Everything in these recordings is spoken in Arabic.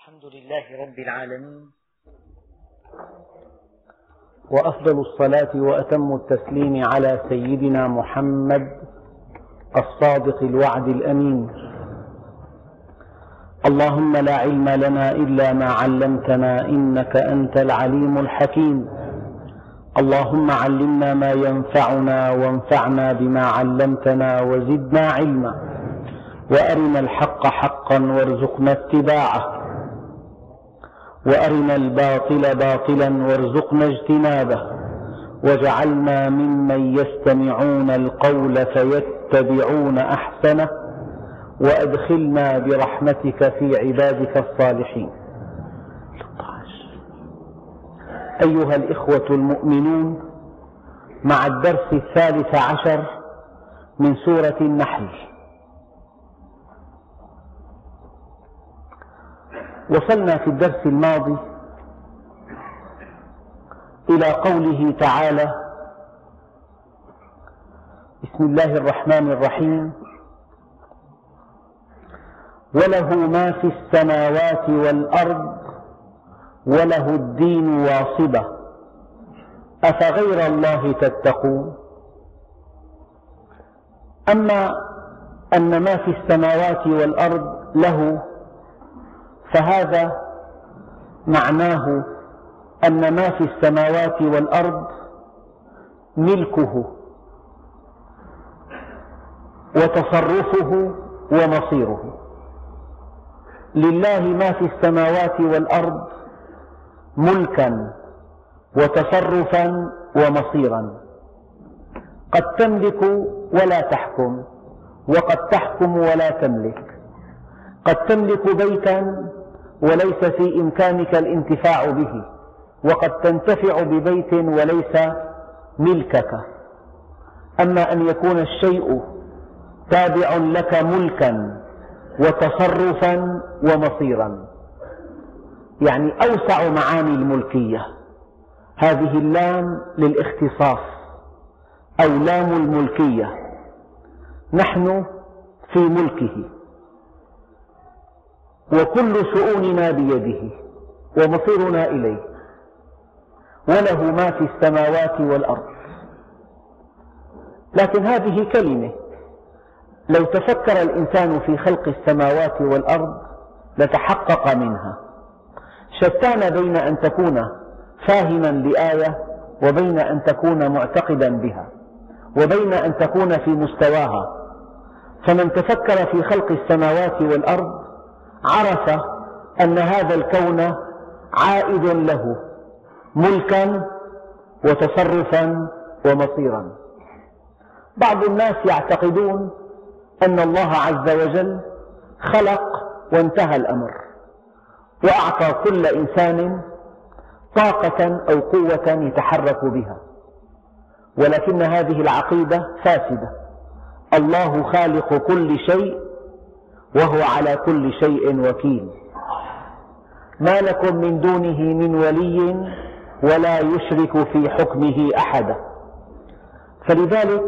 الحمد لله رب العالمين، وأفضل الصلاة وأتم التسليم على سيدنا محمد الصادق الوعد الأمين. اللهم لا علم لنا إلا ما علمتنا إنك أنت العليم الحكيم. اللهم علمنا ما ينفعنا وانفعنا بما علمتنا وزدنا علما، وأرنا الحق حقا وارزقنا اتباعه، وأرنا الباطل باطلا وارزقنا اجتنابه، واجعلنا ممن يستمعون القول فيتبعون أحسنه، وأدخلنا برحمتك في عبادك الصالحين. أيها الإخوة المؤمنون، مع الدرس 13 من سورة النحل. وصلنا في الدرس الماضي إلى قوله تعالى: بسم الله الرحمن الرحيم: وله ما في السماوات والأرض وله الدين واصبة أفغير الله تتقون. أما أن ما في السماوات والأرض له، فهذا معناه أن ما في السماوات والأرض ملكه وتصرفه ومصيره. لله ما في السماوات والأرض ملكا وتصرفا ومصيرا. قد تملك ولا تحكم، وقد تحكم ولا تملك. قد تملك بيتا وليس في إمكانك الانتفاع به، وقد تنتفع ببيت وليس ملكك. أما أن يكون الشيء تابع لك ملكا وتصرفا ومصيرا، يعني أوسع معاني الملكية. هذه اللام للاختصاص أو لام الملكية. نحن في ملكه، وكل شؤوننا بيده، ومصيرنا إليه. وله ما في السماوات والأرض. لكن هذه كلمة، لو تفكر الإنسان في خلق السماوات والأرض لتحقق منها. شتان بين أن تكون فاهما لآية، وبين أن تكون معتقدا بها، وبين أن تكون في مستواها. فمن تفكر في خلق السماوات والأرض عرف أن هذا الكون عائد له ملكا وتصرفا ومصيرا. بعض الناس يعتقدون أن الله عز وجل خلق وانتهى الأمر، وأعطى كل إنسان طاقة أو قوة يتحرك بها، ولكن هذه العقيدة فاسدة. الله خالق كل شيء، وهو على كل شيء وكيل. ما لكم من دونه من ولي ولا يشرك في حكمه أحدا. فلذلك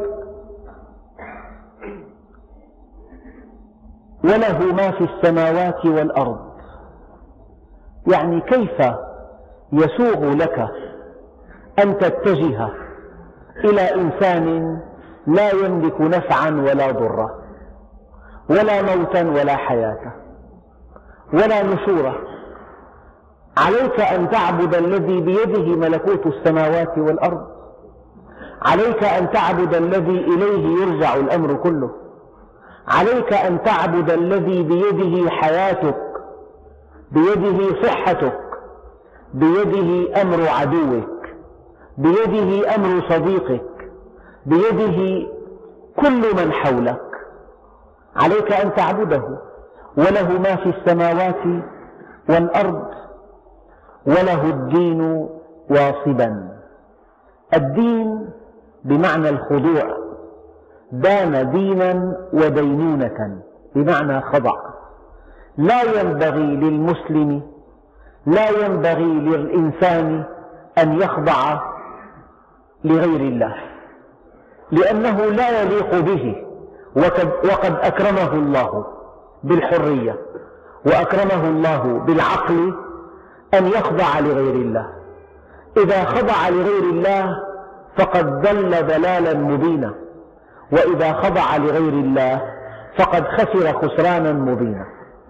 وله ما في السماوات والأرض، يعني كيف يسوغ لك أن تتجه إلى إنسان لا يملك نفعا ولا ضرا، ولا موتا ولا حياة ولا نشورا؟ عليك أن تعبد الذي بيده ملكوت السماوات والأرض. عليك أن تعبد الذي إليه يرجع الأمر كله. عليك أن تعبد الذي بيده حياتك، بيده صحتك، بيده أمر عدوك، بيده أمر صديقك، بيده كل من حولك. عليك أن تعبده. وله ما في السماوات والأرض وله الدين واصبا. الدين بمعنى الخضوع، دان دينا ودينونة بمعنى خضع. لا ينبغي للمسلم، لا ينبغي للإنسان أن يخضع لغير الله، لأنه لا يليق به. وقد أكرمه الله بالحرية، وأكرمه الله بالعقل أن يخضع لغير الله. إذا خضع لغير الله فقد ضل ضلالا مبينا، وإذا خضع لغير الله فقد خسر خسرانا مبينا.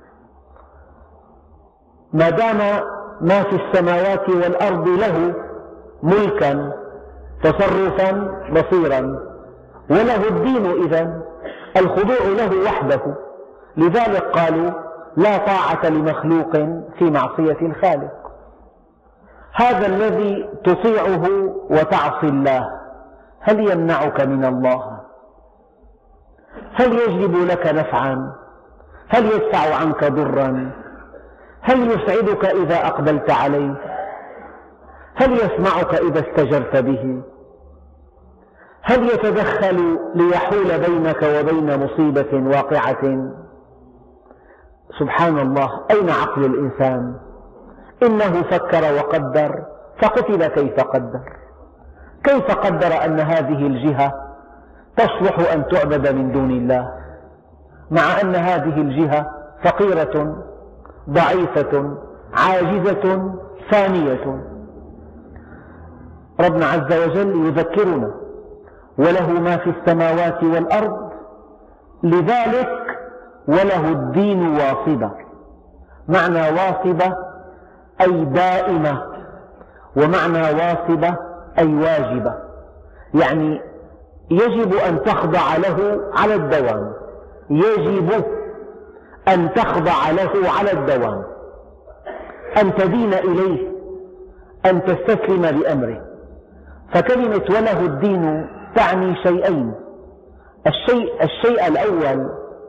ما دام ما في السماوات والأرض له ملكا تصرفا بصيرا وله الدين، إذن الخضوع له وحده. لذلك قالوا لا طاعة لمخلوق في معصية الخالق. هذا الذي تطيعه وتعصي الله هل يمنعك من الله؟ هل يجلب لك نفعا؟ هل يدفع عنك ضرا؟ هل يسعدك إذا أقبلت عليه؟ هل يسمعك إذا استجرت به؟ هل يتدخل ليحول بينك وبين مصيبة واقعة؟ سبحان الله، أين عقل الإنسان؟ إنه فكر وقدر فقتل كيف قدر. كيف قدر أن هذه الجهة تصلح أن تعبد من دون الله، مع أن هذه الجهة فقيرة ضعيفة عاجزة ثانية؟ ربنا عز وجل يذكرنا وله ما في السماوات والأرض، لذلك وله الدين واصبة. معنى واصبة أي دائمة، ومعنى واصبة أي واجبة، يعني يجب أن تخضع له على الدوام، يجب أن تخضع له على الدوام، أن تدين إليه، أن تستسلم لأمره. فكلمة وله الدين تعني شيئين. الشيء الأول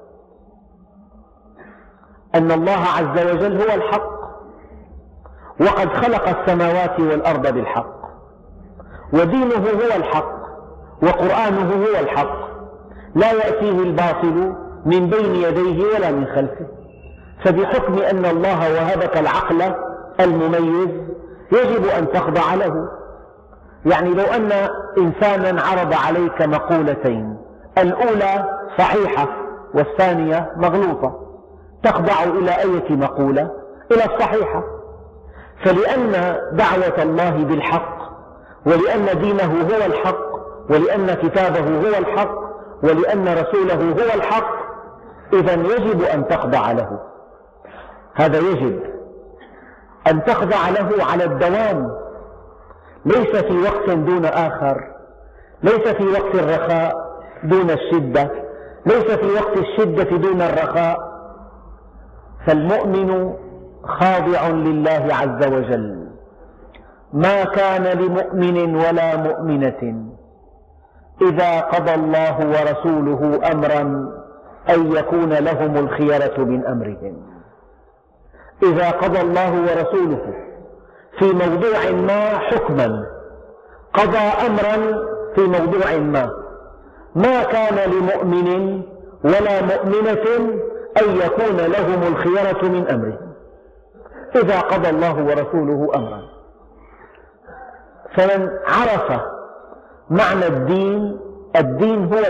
أن الله عز وجل هو الحق، وقد خلق السماوات والأرض بالحق، ودينه هو الحق، وقرآنه هو الحق، لا يأتيه الباطل من بين يديه ولا من خلفه. فبحكم أن الله وهبك العقل المميز يجب أن تخضع له. يعني لو أن إنسانا عرض عليك مقولتين، الأولى صحيحة والثانية مغلوطة، تخضع إلى أية مقولة؟ إلى الصحيحة. فلأن دعوة الله بالحق، ولأن دينه هو الحق، ولأن كتابه هو الحق، ولأن رسوله هو الحق، إذن يجب أن تخضع له. هذا يجب أن تخضع له على الدوام، ليس في وقت دون آخر، ليس في وقت الرخاء دون الشدة، ليس في وقت الشدة دون الرخاء. فالمؤمن خاضع لله عز وجل. ما كان لمؤمن ولا مؤمنة إذا قضى الله ورسوله أمرا أن يكون لهم الخيرة من أمرهم. إذا قضى الله ورسوله في موضوع ما حكما، قضى أمرا في موضوع ما كان لمؤمن ولا مؤمنة أن يكون لهم الخيرة من أمرهم إذا قضى الله ورسوله أمرا. فمن عرف معنى الدين هو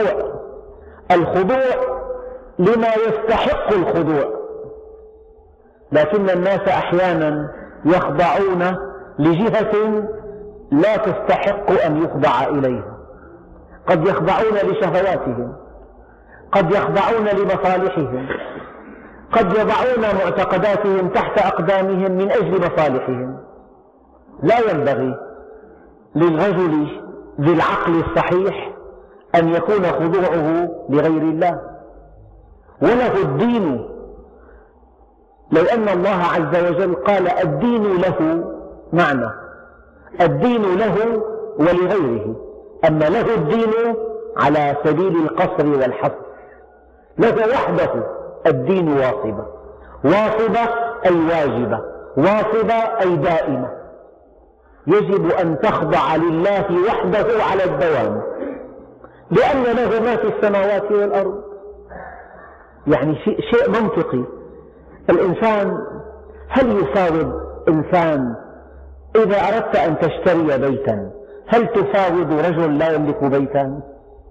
الخضوع لما يستحق الخضوع. لكن الناس أحيانا يخضعون لجهة لا تستحق أن يخضع إليها. قد يخضعون لشهواتهم، قد يخضعون لمصالحهم، قد يضعون معتقداتهم تحت أقدامهم من أجل مصالحهم. لا ينبغي للرجل ذي العقل الصحيح أن يكون خضوعه لغير الله. وله الدين، لو أن الله عز وجل قال الدين له معنى، الدين له ولغيره، أما له الدين على سبيل القصر والحصر، له وحده الدين واصبة. واصبة أي واجبة، واصبة أي دائمة. يجب أن تخضع لله وحده على الدوام، لأن له ما في السماوات والأرض. يعني شيء منطقي. الإنسان، هل يفاوض إنسان إذا أردت أن تشتري بيتا، هل تفاوض رجل لا يملك بيتا؟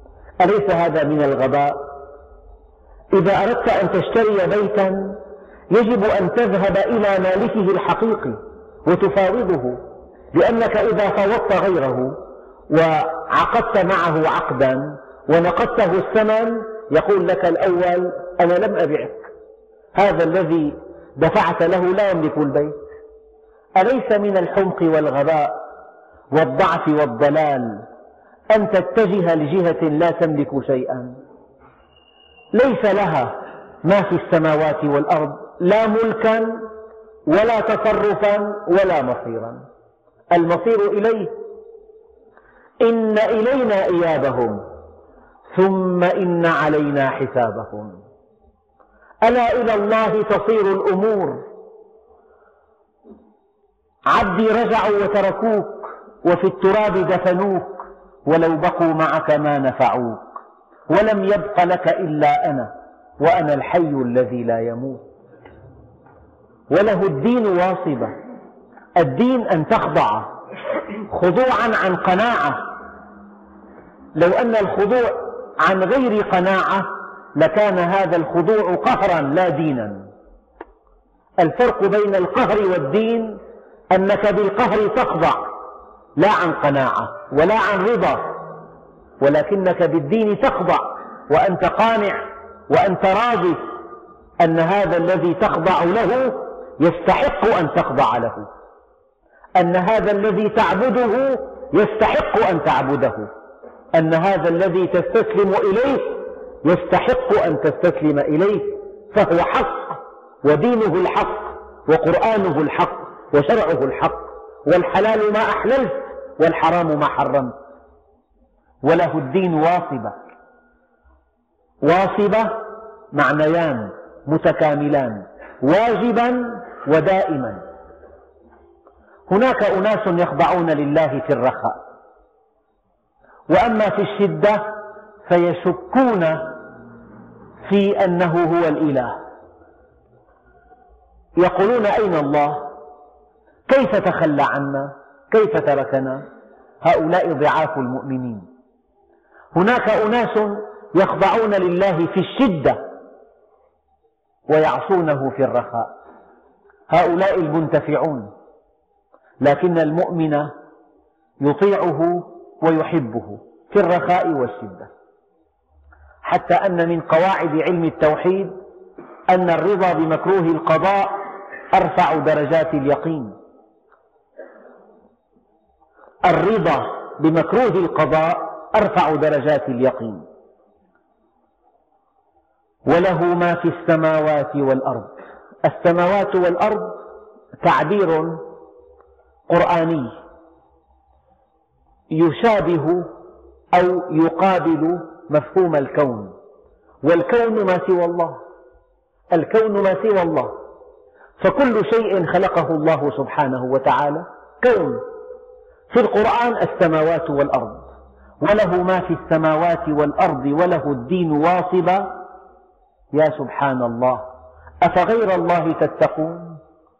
أليس هذا من الغباء؟ إذا أردت أن تشتري بيتا يجب أن تذهب إلى مالكه الحقيقي وتفاوضه، لأنك إذا فاوضت غيره وعقدت معه عقدا ونقدته الثمن يقول لك الأول أنا لم أبعك، هذا الذي دفعت له لا يملك البيت. أليس من الحمق والغباء والضعف والضلال أن تتجه لجهة لا تملك شيئا ليس لها ما في السماوات والأرض، لا ملكا ولا تصرفا ولا مصيرا، المصير إليه. إن إلينا إيابهم ثم إن علينا حسابهم. ألا إلى الله تصير الأمور. عبدي رجعوا وتركوك وفي التراب دفنوك، ولو بقوا معك ما نفعوك، ولم يبق لك إلا أنا وأنا الحي الذي لا يموت. وله الدين واصبة. الدين أن تخضع خضوعا عن قناعة. لو أن الخضوع عن غير قناعة لكان هذا الخضوع قهرا لا دينا. الفرق بين القهر والدين أنك بالقهر تخضع لا عن قناعة ولا عن رضا، ولكنك بالدين تخضع وأنت قانع وأنت راضي أن هذا الذي تخضع له يستحق أن تخضع له، أن هذا الذي تعبده يستحق أن تعبده، أن هذا الذي تستسلم إليه يستحق أن تستسلم إليه، فهو حق ودينه الحق وقرآنه الحق وشرعه الحق، والحلال ما أحللت والحرام ما حرمت. وله الدين واصبة. واصبة معنيان متكاملان: واجبا ودائما. هناك أناس يخضعون لله في الرخاء، وأما في الشدة فيشكون في أنه هو الإله، يقولون أين الله؟ كيف تخلى عنا؟ كيف تركنا؟ هؤلاء ضعاف المؤمنين. هناك أناس يخضعون لله في الشدة ويعصونه في الرخاء، هؤلاء المنتفعون، لكن المؤمن يطيعه ويحبه في الرخاء والشدة، حتى أن من قواعد علم التوحيد أن الرضا بمكروه القضاء أرفع درجات اليقين. الرضا بمكروه القضاء أرفع درجات اليقين. وله ما في السماوات والأرض. السماوات والأرض تعبير قرآني يشابه أو يقابل مفهوم الكون، والكون ما سوى الله، الكون ما سوى الله، فكل شيء خلقه الله سبحانه وتعالى كون. في القرآن السماوات والأرض، وله ما في السماوات والأرض وله الدين واصبا. يا سبحان الله، أفغير الله تتقون؟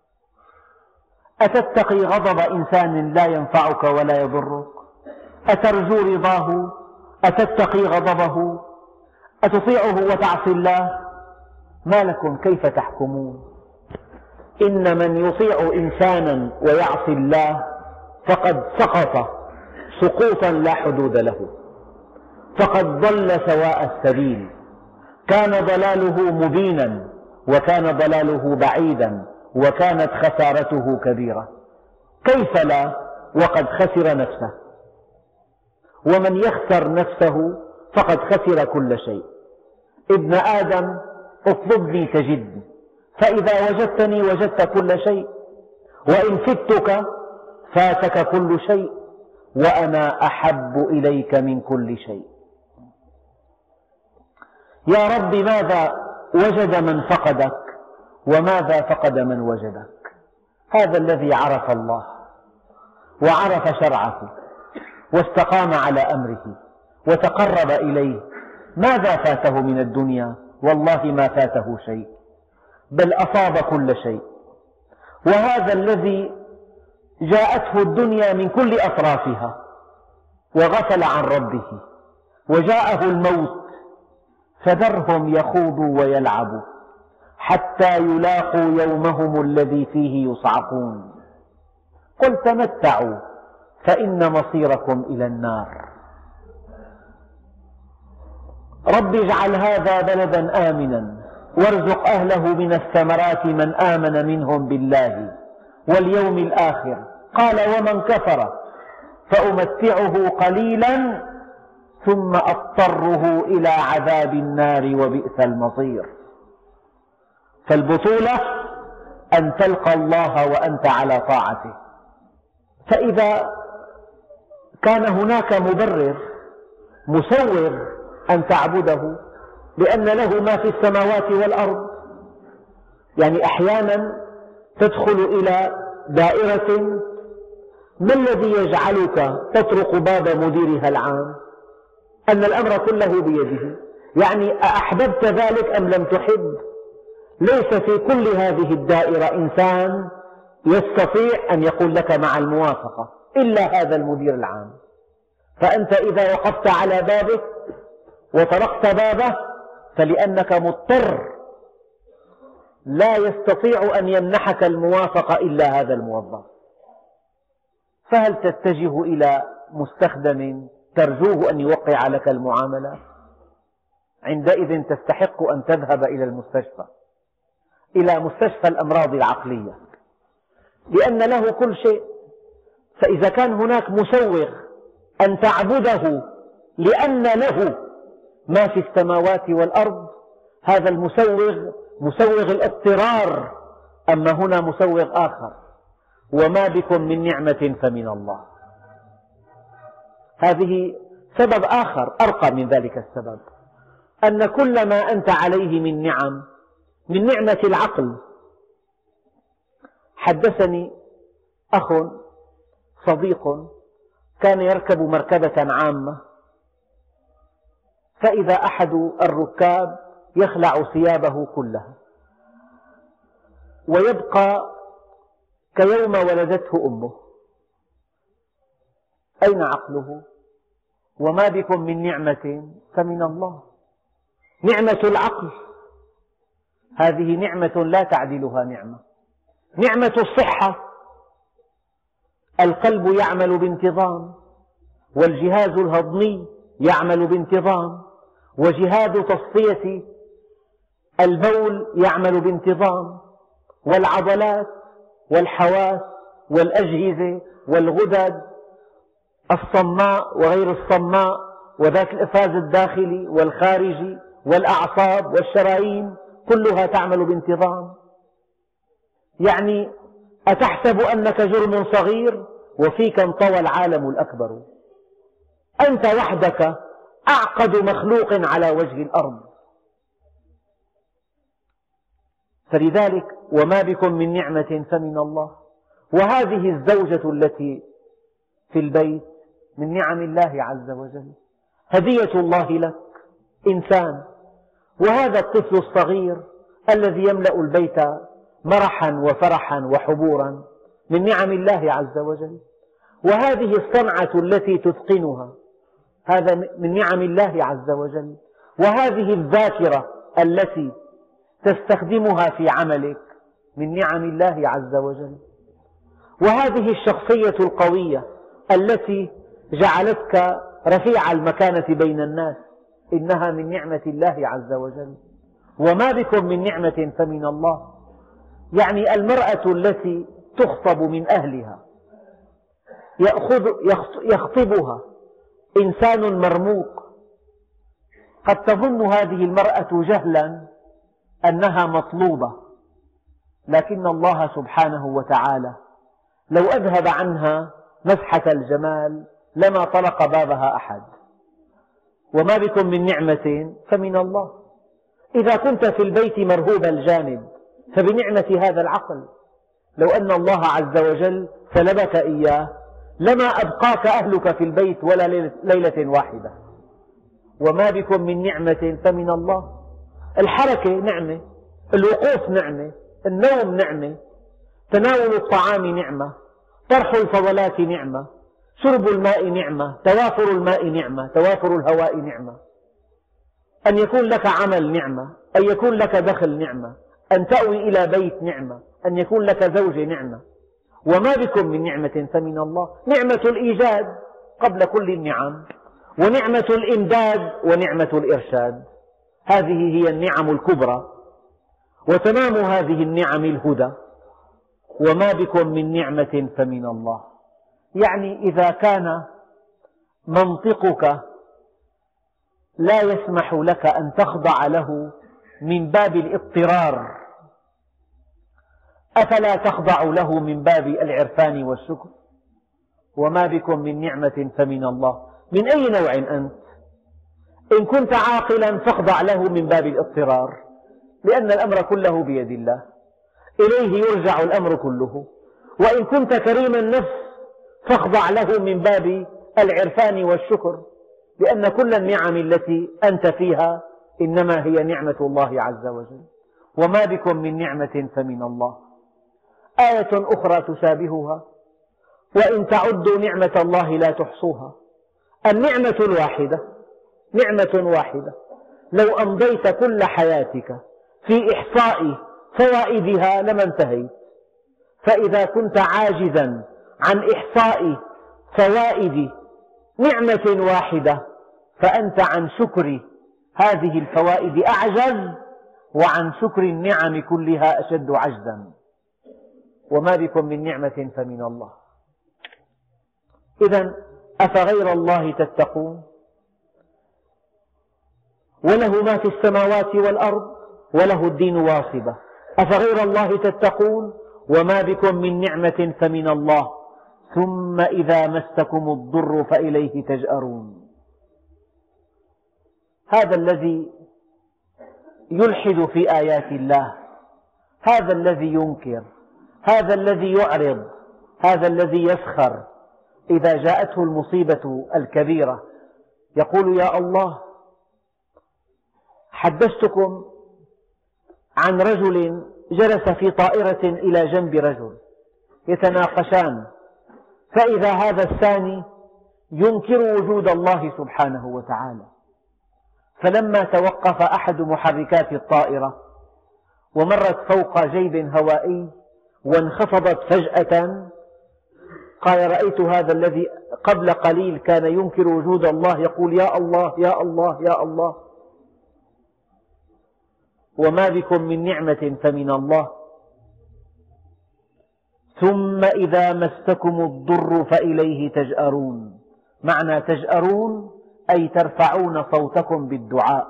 أتتقي غضب إنسان لا ينفعك ولا يضرك؟ أترجو رضاه؟ أتتقي غضبه؟ أتطيعه وتعصي الله؟ ما لكم كيف تحكمون؟ إن من يطيع إنسانا ويعصي الله فقد سقط سقوطا لا حدود له، فقد ضل سواء السبيل. كان ضلاله مبينا وكان ضلاله بعيدا وكانت خسارته كبيرة. كيف لا وقد خسر نفسه؟ ومن يخسر نفسه فقد خسر كل شيء. ابن آدم اطلبني تجدني، فإذا وجدتني وجدت كل شيء، وإن فتك فاتك كل شيء، وأنا أحب إليك من كل شيء. يا رب ماذا وجد من فقدك وماذا فقد من وجدك؟ هذا الذي عرف الله وعرف شرعه واستقام على أمره وتقرب إليه، ماذا فاته من الدنيا؟ والله ما فاته شيء، بل أصاب كل شيء. وهذا الذي جاءته الدنيا من كل أطرافها وغفل عن ربه وجاءه الموت، فذرهم يخوضوا ويلعبوا حتى يلاقوا يومهم الذي فيه يصعقون. قل تمتعوا فإن مصيركم إلى النار. رب اجعل هذا بلدا آمنا وارزق أهله من الثمرات من آمن منهم بالله واليوم الآخر. قال ومن كفر فأمتعه قليلا ثم أضطره إلى عذاب النار وبئس المصير. فالبطولة أن تلقى الله وأنت على طاعته. فإذا كان هناك مبرر مسوغ أن تعبده لأن له ما في السماوات والأرض، يعني أحيانا تدخل إلى دائرة ما الذي يجعلك تطرق باب مديرها العام؟ أن الأمر كله بيده، يعني أحببت ذلك أم لم تحب؟ ليس في كل هذه الدائرة إنسان يستطيع أن يقول لك مع الموافقة إلا هذا المدير العام. فأنت إذا وقفت على بابه وطرقت بابه فلأنك مضطر، لا يستطيع أن يمنحك الموافقة إلا هذا الموظف. فهل تتجه إلى مستخدم ترجوه أن يوقع لك المعاملة؟ عندئذ تستحق أن تذهب إلى المستشفى، إلى مستشفى الأمراض العقلية، لأن له كل شيء. فإذا كان هناك مسوغ أن تعبده لأن له ما في السماوات والأرض، هذا المسوغ مسوغ الاضطرار. أما هنا مسوغ آخر: وما بكم من نعمة فمن الله. هذه سبب آخر أرقى من ذلك السبب، أن كل ما أنت عليه من نعم، من نعمة العقل. حدثني أخ صديق كان يركب مركبة عامة، فإذا أحد الركاب يخلع ثيابه كلها ويبقى كيوم ولدته أمه. أين عقله؟ وما بكم من نعمة فمن الله. نعمة العقل هذه نعمة لا تعدلها نعمة. نعمة الصحة، القلب يعمل بانتظام، والجهاز الهضمي يعمل بانتظام، وجهاز تصفية البول يعمل بانتظام، والعضلات والحواس والأجهزة والغدد الصماء وغير الصماء، وذات الإفراز الداخلي والخارجي والأعصاب والشرايين كلها تعمل بانتظام. يعني أتحسب أنك جرم صغير وفيك انطوى العالم الأكبر؟ أنت وحدك أعقد مخلوق على وجه الأرض. فلذلك وما بكم من نعمة فمن الله. وهذه الزوجة التي في البيت من نعم الله عز وجل، هدية الله لك إنسان. وهذا الطفل الصغير الذي يملأ البيت مرحا وفرحا وحبورا من نعم الله عز وجل. وهذه الصنعة التي تتقنها، هذا من نعم الله عز وجل. وهذه الذاكرة التي تستخدمها في عملك من نعم الله عز وجل. وهذه الشخصية القوية التي جعلتك رفيع المكانة بين الناس، إنها من نعمة الله عز وجل. وما بكم من نعمة فمن الله. يعني المرأة التي تخطب من أهلها يخطبها إنسان مرموق، قد تظن هذه المرأة جهلا أنها مطلوبة، لكن الله سبحانه وتعالى لو أذهب عنها مسحة الجمال لما طرق بابها أحد. وما بكم من نعمة فمن الله. إذا كنت في البيت مرهوب الجانب فبنعمة هذا العقل. لو أن الله عز وجل سلبك إياه لما أبقاك أهلك في البيت ولا ليلة واحدة. وما بكم من نعمة فمن الله. الحركة نعمة، الوقوف نعمة، النوم نعمة، تناول الطعام نعمة، طرح الفضلات نعمة، شرب الماء نعمة، توافر الماء نعمة، توافر الهواء نعمة، أن يكون لك عمل نعمة، أن يكون لك دخل نعمة، أن تأوي إلى بيت نعمة، أن يكون لك زوجة نعمة. وما بكم من نعمة فمن الله. نعمة الإيجاد قبل كل النعم، ونعمة الإمداد، ونعمة الإرشاد. هذه هي النعم الكبرى، وتمام هذه النعم الهدى. وما بكم من نعمة فمن الله. يعني إذا كان منطقك لا يسمح لك أن تخضع له من باب الاضطرار، أفلا تخضع له من باب العرفان والشكر؟ وما بكم من نعمة فمن الله. من أي نوع أنت؟ إن كنت عاقلا فاخضع له من باب الاضطرار، لأن الأمر كله بيد الله، إليه يرجع الأمر كله. وإن كنت كريم النفس فاخضع له من باب العرفان والشكر، لأن كل النعم التي أنت فيها إنما هي نعمة الله عز وجل. وما بكم من نعمة فمن الله. آية أخرى تشابهها: وإن تعدوا نعمة الله لا تحصوها. النعمة الواحدة نعمة واحدة لو أمضيت كل حياتك في إحصاء فوائدها لما انتهيت. فإذا كنت عاجزا عن إحصاء فوائد نعمة واحدة فأنت عن شكر هذه الفوائد أعجز، وعن شكر النعم كلها أشد عجزا. وما بكم من نعمة فمن الله. إذن أفغير الله تتقون وله ما في السماوات والأرض وله الدين واصبة. أفغير الله تتقون وما بكم من نعمة فمن الله ثم إذا مسكم الضر فإليه تجأرون. هذا الذي يلحد في آيات الله، هذا الذي ينكر، هذا الذي يعرض، هذا الذي يسخر، إذا جاءته المصيبة الكبيرة يقول: يا الله، حدثتكم عن رجل جلس في طائرة إلى جنب رجل يتناقشان، فإذا هذا الثاني ينكر وجود الله سبحانه وتعالى. فلما توقف أحد محركات الطائرة ومرت فوق جيب هوائي وانخفضت فجأة، قال: رأيت هذا الذي قبل قليل كان ينكر وجود الله يقول: يا الله يا الله يا الله. وما بكم من نعمة فمن الله ثم إذا مسكم الضر فإليه تجأرون. معنى تجأرون أي ترفعون صوتكم بالدعاء.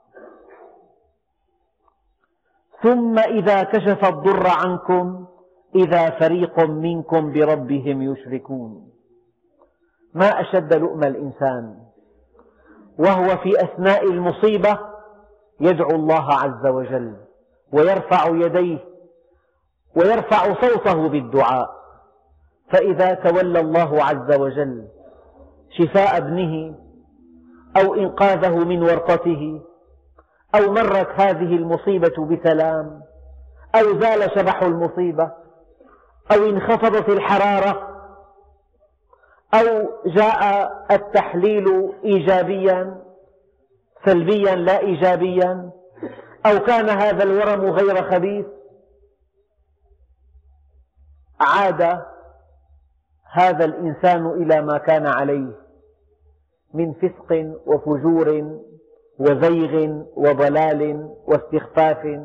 ثم إذا كشف الضر عنكم إذا فريق منكم بربهم يشركون. ما أشد لؤم الإنسان وهو في أثناء المصيبة يدعو الله عز وجل ويرفع يديه ويرفع صوته بالدعاء، فإذا تولى الله عز وجل شفاء ابنه أو إنقاذه من ورطته، أو مرت هذه المصيبة بسلام، أو زال شبح المصيبة، أو انخفضت الحرارة، أو جاء التحليل إيجابيا سلبيا لا إيجابيا، أو كان هذا الورم غير خبيث، عاد هذا الإنسان إلى ما كان عليه من فسق وفجور وزيغ وضلال واستخفاف.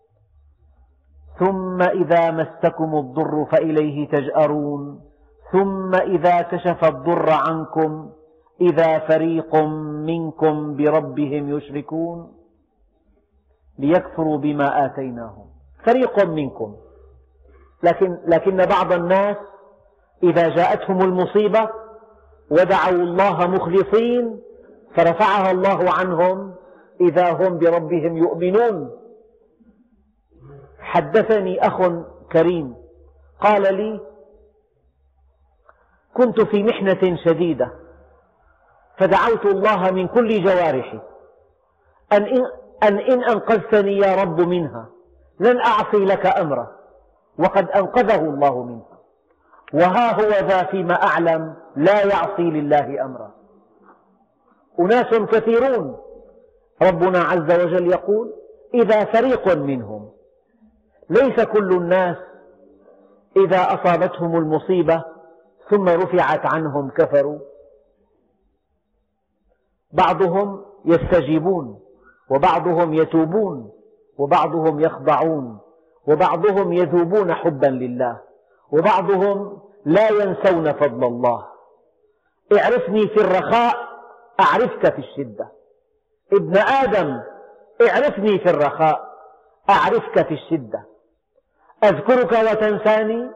ثم إذا مسكم الضر فإليه تجأرون ثم إذا كشف الضر عنكم إذا فريق منكم بربهم يشركون ليكفروا بما آتيناهم. فريق منكم، لكن بعض الناس إذا جاءتهم المصيبة ودعوا الله مخلصين فرفعها الله عنهم إذا هم بربهم يؤمنون. حدثني أخ كريم قال لي: كنت في محنة شديدة فدعوت الله من كل جوارحي أن إن أنقذتني يا رب منها لن أعصي لك أمرا، وقد أنقذه الله منها، وها هو ذا فيما أعلم لا يعصي لله أمرا. أناس كثيرون ربنا عز وجل يقول: إذا فريق منهم ليس كل الناس إذا أصابتهم المصيبة ثم رفعت عنهم كفروا، بعضهم يستجيبون، وبعضهم يتوبون، وبعضهم يخضعون، وبعضهم يذوبون حبا لله، وبعضهم لا ينسون فضل الله. اعرفني في الرخاء أعرفك في الشدة. ابن آدم اعرفني في الرخاء أعرفك في الشدة. أذكرك وتنساني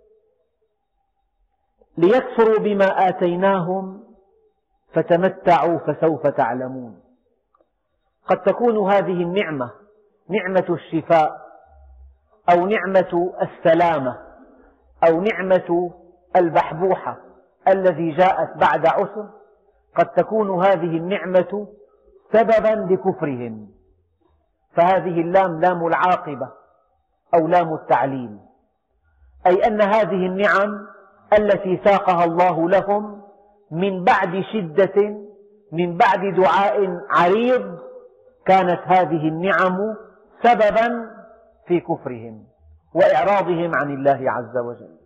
ليكفروا بما آتيناهم فتمتعوا فسوف تعلمون. قد تكون هذه النعمة نعمة الشفاء، أو نعمة السلامة، أو نعمة البحبوحة الذي جاءت بعد عسر. قد تكون هذه النعمة سببا لكفرهم، فهذه اللام لام العاقبة أو لام التعليل، أي أن هذه النعم التي ساقها الله لهم من بعد شدة، من بعد دعاء عريض، كانت هذه النعم سببا في كفرهم وإعراضهم عن الله عز وجل.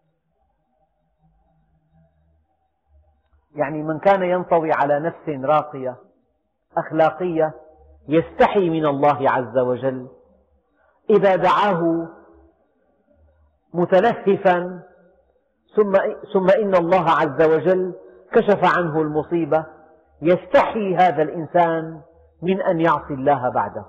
يعني من كان ينطوي على نفس راقية أخلاقية يستحي من الله عز وجل، إذا دعاه متلهفا ثم إن الله عز وجل كشف عنه المصيبة، يستحي هذا الإنسان من أن يعصي الله بعده.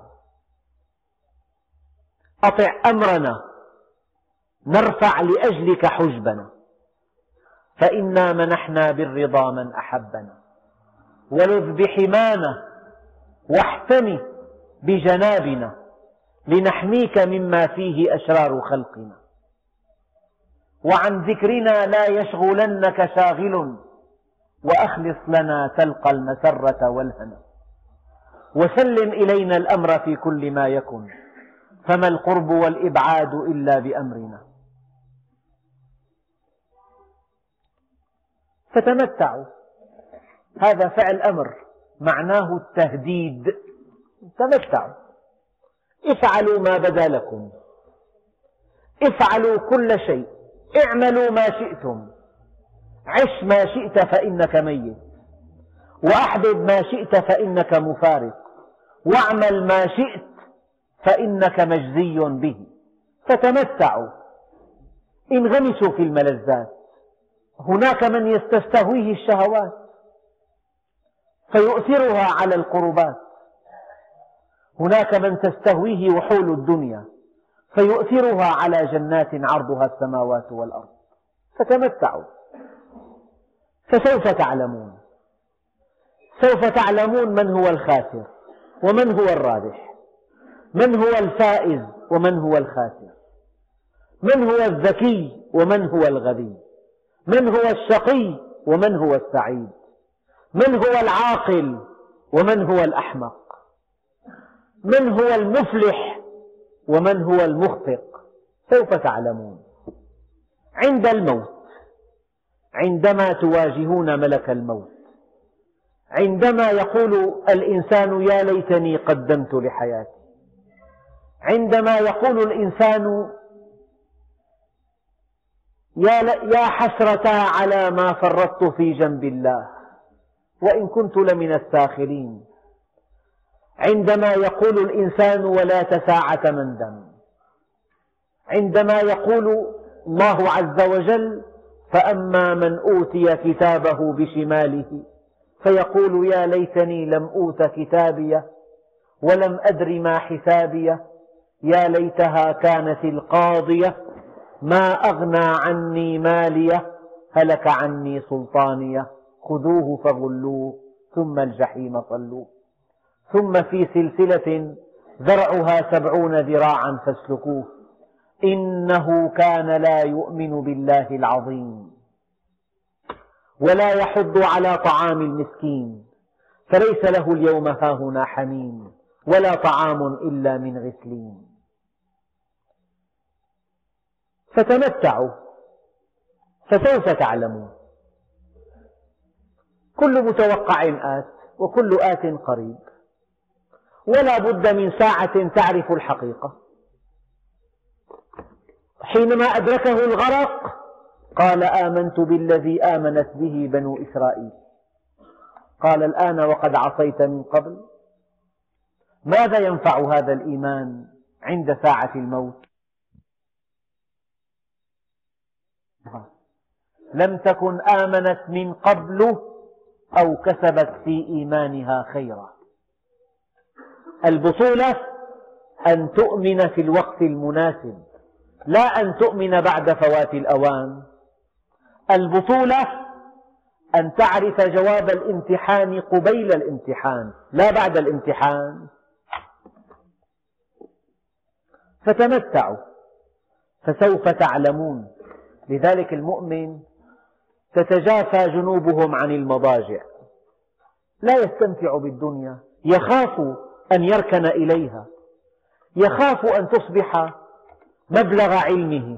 أطع أمرنا نرفع لأجلك حجبنا، فإنا منحنا بالرضا من أحبنا، ولذ بحمانا واحتمي بجنابنا لنحميك مما فيه أشرار خلقنا. وعن ذكرنا لا يشغلنك شاغل، وأخلص لنا تلقى المسرة والهنا. وسلم إلينا الأمر في كل ما يكن، فما القرب والإبعاد إلا بأمرنا. فتمتعوا، هذا فعل أمر معناه التهديد. تمتعوا، افعلوا ما بدا لكم، افعلوا كل شيء، اعملوا ما شئتم، عش ما شئت فإنك ميت، وأحبب ما شئت فإنك مفارق، واعمل ما شئت فإنك مجزي به. فتمتعوا، انغمسوا في الملذات. هناك من تستهويه الشهوات فيؤثرها على القربات، هناك من تستهويه وحول الدنيا فيؤثرها على جنات عرضها السماوات والأرض. فتمتعوا فسوف تعلمون. سوف تعلمون من هو الخاسر ومن هو الرابح، من هو الفائز ومن هو الخاسر، من هو الذكي ومن هو الغبي، من هو الشقي ومن هو السعيد، من هو العاقل ومن هو الأحمق، من هو المفلح ومن هو المخطئ. سوف تعلمون عند الموت، عندما تواجهون ملك الموت، عندما يقول الإنسان يا ليتني قدمت لحياتي، عندما يقول الإنسان يا حسرة على ما فرطت في جنب الله وإن كنت لمن الساخرين، عندما يقول الإنسان ولا تساعة مندم، عندما يقول الله عز وجل فأما من أوتي كتابه بشماله فيقول يا ليتني لم أوت كتابيه ولم أدر ما حسابيه، يا ليتها كانت القاضية ما أغنى عني ماليه هلك عني سلطانيه، خذوه فغلوه ثم الجحيم صلوه، ثم في سلسلة ذرعها 70 ذراعا فاسلكوه، إنه كان لا يؤمن بالله العظيم ولا يحض على طعام المسكين، فليس له اليوم هاهنا حميم ولا طعام إلا من غسلين. فتمتعوا فسوف تعلمون. كل متوقع آت وكل آت قريب، ولا بد من ساعة تعرف الحقيقة. حينما أدركه الغرق قال آمنت بالذي آمنت به بنو إسرائيل. قال الآن وقد عصيت من قبل. ماذا ينفع هذا الإيمان عند ساعة الموت؟ لم تكن آمنت من قبل أو كسبت في إيمانها خيرا. البطولة أن تؤمن في الوقت المناسب، لا أن تؤمن بعد فوات الأوان. البطولة أن تعرف جواب الامتحان قبيل الامتحان لا بعد الامتحان. فتمتعوا فسوف تعلمون. لذلك المؤمن تتجافى جنوبهم عن المضاجع، لا يستمتع بالدنيا، يخاف أن يركن إليها، يخاف أن تصبح مبلغ علمه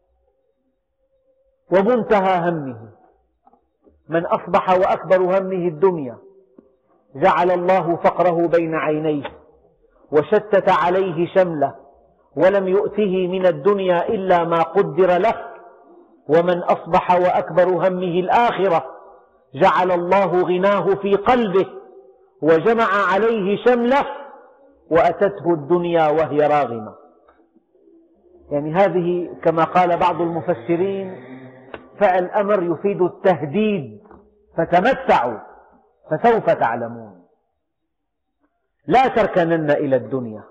ومنتهى همه. من أصبح وأكبر همه الدنيا جعل الله فقره بين عينيه وشتت عليه شمله ولم يؤته من الدنيا إلا ما قدر له. ومن أصبح وأكبر همه الآخرة جعل الله غناه في قلبه وجمع عليه شمله وأتته الدنيا وهي راغمة. يعني هذه كما قال بعض المفسرين فعل أمر يفيد التهديد. فتمتعوا فسوف تعلمون. لا تركنن إلى الدنيا،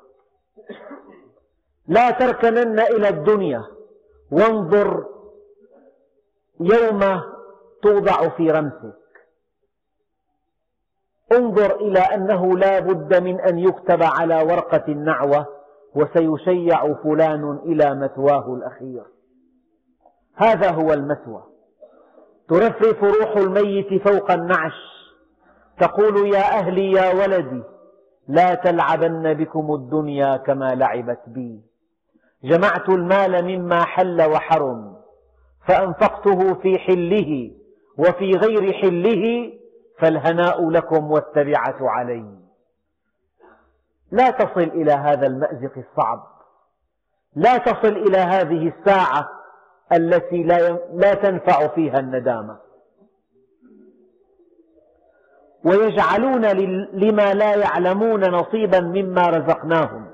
لا تركنن إلى الدنيا. وانظر يوم توضع في رمسك، انظر إلى أنه لا بد من أن يكتب على ورقة النعوة وسيشيع فلان إلى مثواه الأخير. هذا هو المثوى. ترفرف روح الميت فوق النعش تقول يا أهلي يا ولدي لا تلعبن بكم الدنيا كما لعبت بي. جمعت المال مما حل وحرم فأنفقته في حله وفي غير حله فالهناء لكم والتبعة علي. لا تصل إلى هذا المأزق الصعب، لا تصل إلى هذه الساعة التي لا تنفع فيها الندامة. ويجعلون لما لا يعلمون نصيبا مما رزقناهم.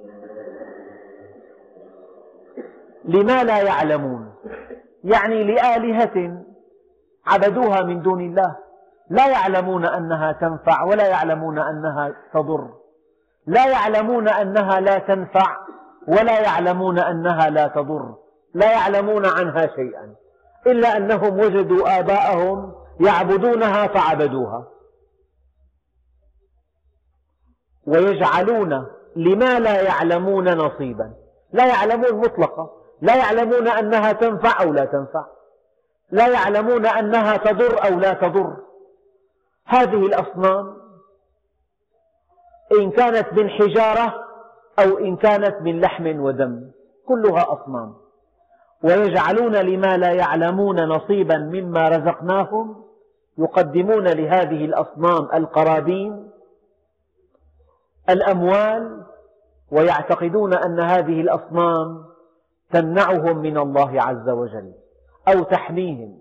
لما لا يعلمون يعني لآلهة عبدوها من دون الله، لا يعلمون أنها تنفع ولا يعلمون أنها تضر، لا يعلمون أنها لا تنفع ولا يعلمون أنها لا تضر، لا يعلمون عنها شيئا إلا أنهم وجدوا آباءهم يعبدونها فعبدوها. ويجعلون لما لا يعلمون نصيبا، لا يعلمون مطلقا، لا يعلمون أنها تنفع أو لا تنفع، لا يعلمون أنها تضر أو لا تضر. هذه الأصنام إن كانت من حجارة أو إن كانت من لحم ودم كلها أصنام. ويجعلون لما لا يعلمون نصيبا مما رزقناهم، يقدمون لهذه الأصنام القرابين الأموال، ويعتقدون أن هذه الأصنام تمنعهم من الله عز وجل أو تحميهم.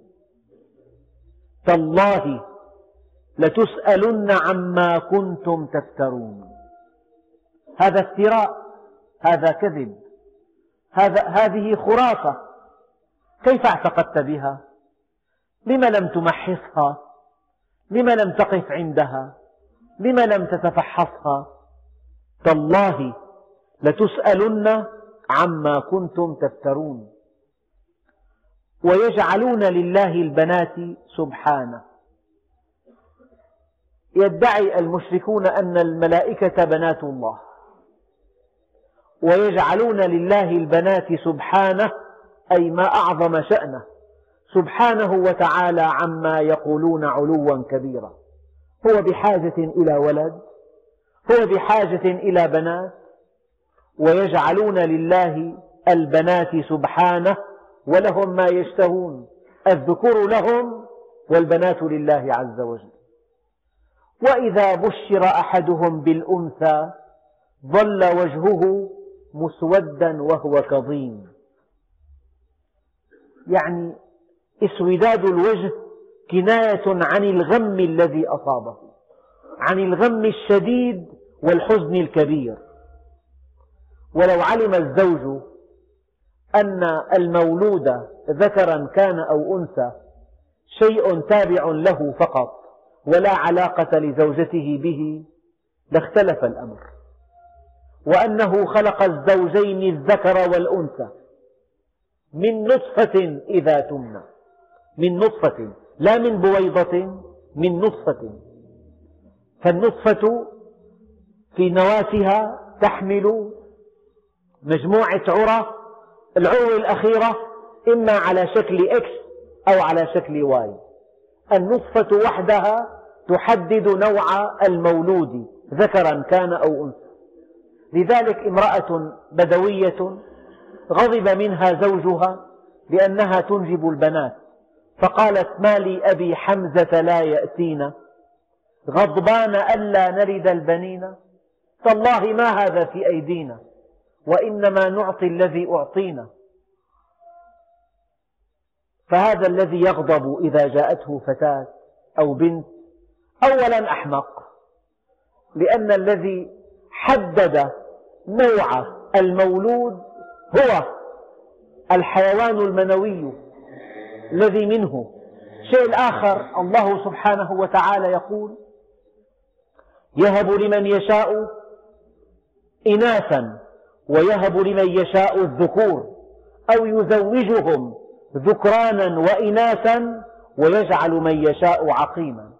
تالله لتسألن عما كنتم تفترون. هذا افتراء، هذا كذب، هذه خرافة. كيف اعتقدت بها؟ لم لم تمحصها؟ لم لم تقف عندها؟ لم لم تتفحصها؟ تالله لتسألن عما كنتم تفترون. ويجعلون لله البنات سبحانه. يدعي المشركون أن الملائكة بنات الله، ويجعلون لله البنات سبحانه أي ما أعظم شأنه سبحانه وتعالى عما يقولون علوا كبيرا. هو بحاجة إلى ولد؟ هو بحاجة إلى بنات؟ ويجعلون لله البنات سبحانه ولهم ما يشتهون، الذكور لهم والبنات لله عز وجل. وإذا بشر أحدهم بالأنثى ظل وجهه مسودا وهو كظيم. يعني اسوداد الوجه كناية عن الغم الذي أصابه، عن الغم الشديد والحزن الكبير. ولو علم الزوج أن المولود ذكرا كان أو أنثى شيء تابع له فقط ولا علاقة لزوجته به لاختلف الأمر، وأنه خلق الزوجين الذكر والأنثى من نطفة إذا تمنى، من نطفة لا من بويضة، من نطفة. فالنطفة في نواتها تحمل مجموعة عرى، العروة الأخيرة إما على شكل إكس أو على شكل واي. النطفة وحدها تحدد نوع المولود ذكرا كان أو أنثى. لذلك امرأة بدوية غضب منها زوجها لأنها تنجب البنات، فقالت: ما لي أبي حمزة لا يأتينا غضبان ألا نلد البنين، تالله ما هذا في أيدينا وإنما نعطي الذي أعطينا. فهذا الذي يغضب إذا جاءته فتاة أو بنت أولا أحمق، لأن الذي حدد نوع المولود هو الحيوان المنوي الذي منه. الشيء الآخر، الله سبحانه وتعالى يقول: يهب لمن يشاء إناثا ويهب لمن يشاء الذكور أو يزوجهم ذكرانا وإناثا ويجعل من يشاء عقيما.